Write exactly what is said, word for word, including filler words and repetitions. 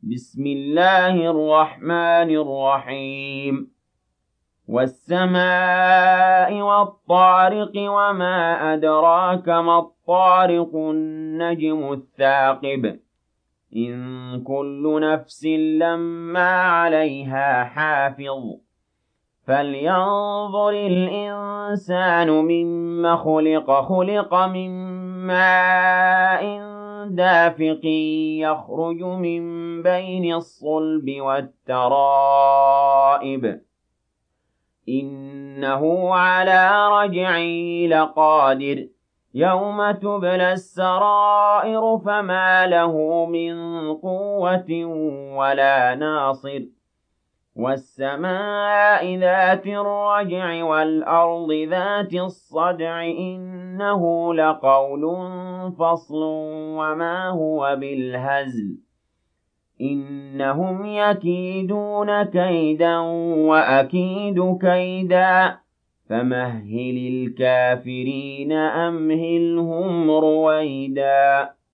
بسم الله الرحمن الرحيم والسماء والطارق وما أدراك ما الطارق النجم الثاقب إن كل نفس لما عليها حافظ فلينظر الإنسان مما خلق خلق من ماء دافق يخرج من بين الصلب والترائب إنه على رجعه لقادر يوم تبلى السرائر فما له من قوة ولا ناصر والسماء ذات الرجع والأرض ذات الصدع إنه لقول فصل وما هو بالهزل إنهم يكيدون كيدا وأكيد كيدا فمهل الكافرين أمهلهم رويدا